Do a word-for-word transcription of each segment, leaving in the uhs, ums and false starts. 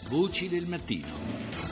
Voci del mattino.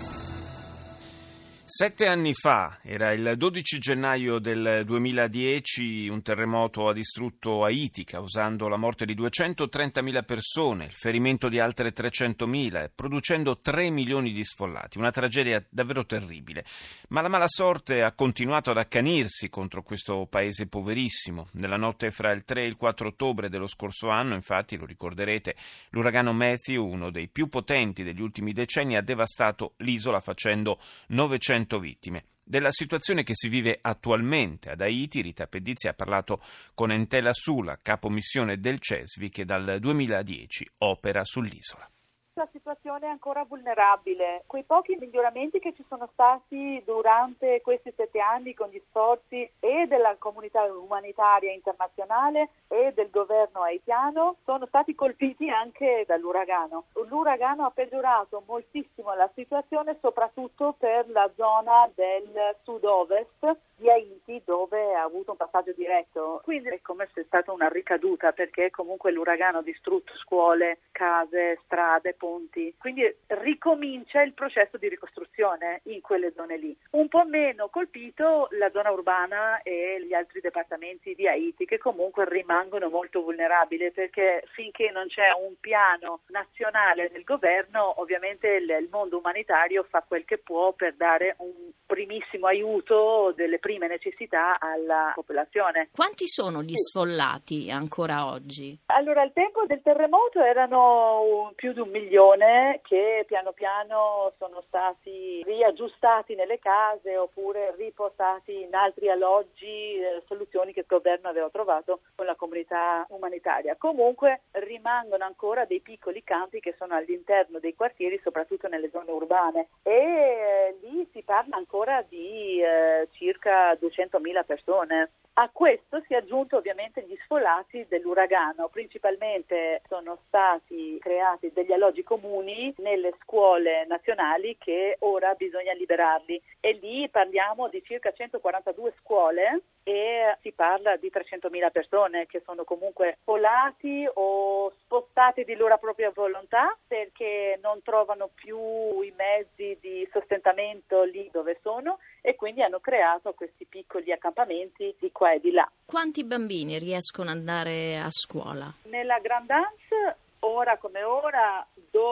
Sette anni fa, era il dodici gennaio del duemiladieci, un terremoto ha distrutto Haiti, causando la morte di duecentotrentamila persone, il ferimento di altre trecentomila, producendo tre milioni di sfollati. Una tragedia davvero terribile. Ma la mala sorte ha continuato ad accanirsi contro questo paese poverissimo. Nella notte fra il tre e il quattro ottobre dello scorso anno, infatti, lo ricorderete, l'uragano Matthew, uno dei più potenti degli ultimi decenni, ha devastato l'isola facendo novecento vittime. Della situazione che si vive attualmente ad Haiti, Rita Pedizzi ha parlato con Entela Sula, capo missione del CESVI, che dal duemiladieci opera sull'isola. La situazione è ancora vulnerabile. Quei pochi miglioramenti che ci sono stati durante questi sette anni con gli sforzi e della comunità umanitaria internazionale e del governo haitiano sono stati colpiti anche dall'uragano. L'uragano ha peggiorato moltissimo la situazione, soprattutto per la zona del sud-ovest di Haiti, dove ha avuto un passaggio diretto. Quindi è come se è stata una ricaduta, perché comunque l'uragano ha distrutto scuole, case, strade, ponti. Quindi ricomincia il processo di ricostruzione in quelle zone lì. Un po' meno colpito la zona urbana e gli altri dipartimenti di Haiti, che comunque rimangono molto vulnerabili, perché finché non c'è un piano nazionale del governo, ovviamente il, il mondo umanitario fa quel che può per dare un primissimo aiuto delle prime necessità alla popolazione. Quanti sono gli sì. sfollati ancora oggi? Allora, al tempo del terremoto erano più di un milione che piano piano sono stati riaggiustati nelle case oppure riportati in altri alloggi, eh, soluzioni che il governo aveva trovato con la comunità umanitaria. Comunque rimangono ancora dei piccoli campi che sono all'interno dei quartieri, soprattutto nelle zone urbane, e eh, lì si parla ancora di eh, circa duecentomila persone. A questo si è aggiunto ovviamente gli sfollati dell'uragano. Principalmente sono stati creati degli alloggi comuni nelle scuole nazionali che ora bisogna liberarli, e lì parliamo di circa centoquarantadue scuole e si parla di trecentomila persone che sono comunque sfollati o spostati di loro propria volontà perché non trovano più i mezzi di sostentamento lì dove sono, e quindi hanno creato questi piccoli accampamenti di qua e di là. Quanti bambini riescono ad andare a scuola? Nella Grand'Anse, ora come ora,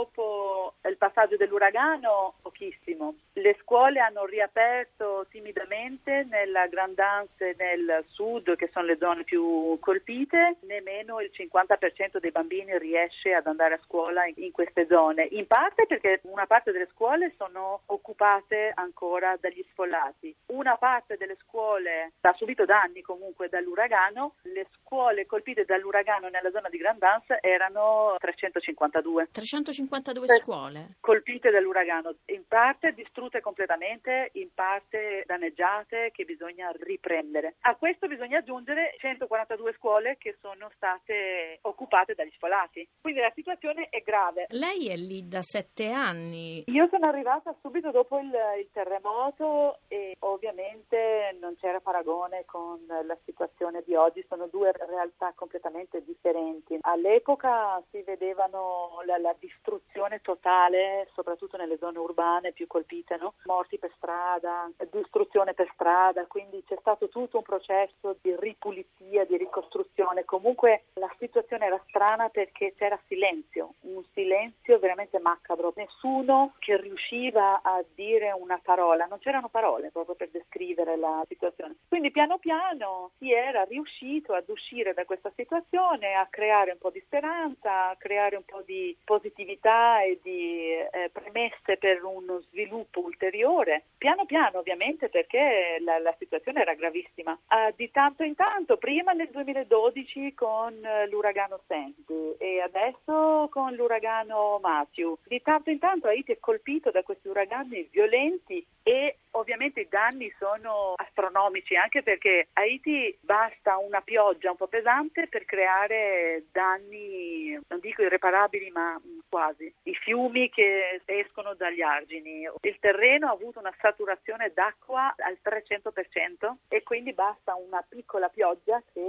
dopo il passaggio dell'uragano, pochissimo. Le scuole hanno riaperto timidamente nella Grand'Anse e nel sud, che sono le zone più colpite. Nemmeno il cinquanta per cento dei bambini riesce ad andare a scuola in queste zone. In parte perché una parte delle scuole sono occupate ancora dagli sfollati. Una parte delle scuole ha subito danni comunque dall'uragano. Le scuole colpite dall'uragano nella zona di Grand'Anse erano trecentocinquantadue. trecentocinquantadue scuole colpite dall'uragano, in parte distrutte completamente, in parte danneggiate, che bisogna riprendere. A questo bisogna aggiungere centoquarantadue scuole che sono state occupate dagli sfollati. Quindi la situazione è grave. Lei è lì da sette anni. Io sono arrivata subito dopo il, il terremoto e ovviamente non c'era paragone con la situazione di oggi. Sono due realtà completamente differenti. All'epoca si vedevano la, la distruzione totale, soprattutto nelle zone urbane più colpite, no? Morti per strada, distruzione per strada, quindi c'è stato tutto un processo di ripulizia, di ricostruzione. Comunque la situazione era strana perché c'era silenzio, un silenzio veramente macabro, nessuno che riusciva a dire una parola, non c'erano parole proprio per descrivere la situazione. Quindi piano piano si era riuscito ad uscire da questa situazione, a creare un po' di speranza, a creare un po' di positività e di eh, premesse per uno sviluppo ulteriore, piano piano ovviamente, perché la, la situazione era gravissima. Uh, di tanto in tanto, prima nel duemiladodici con uh, l'uragano Sandy e adesso con l'uragano Matthew, di tanto in tanto Haiti è colpito da questi uragani violenti e ovviamente i danni sono astronomici, anche perché a Haiti basta una pioggia un po' pesante per creare danni, non dico irreparabili, ma quasi. I fiumi che escono dagli argini, il terreno ha avuto una saturazione d'acqua al trecento per cento e quindi basta una piccola pioggia che si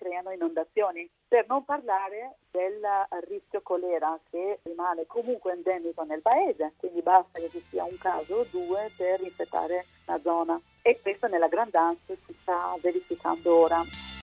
creano inondazioni. Per non parlare del rischio colera che rimane comunque endemico nel paese, quindi basta che ci sia un caso o due per infettare la zona. E questo nella Grand Anse si sta verificando ora.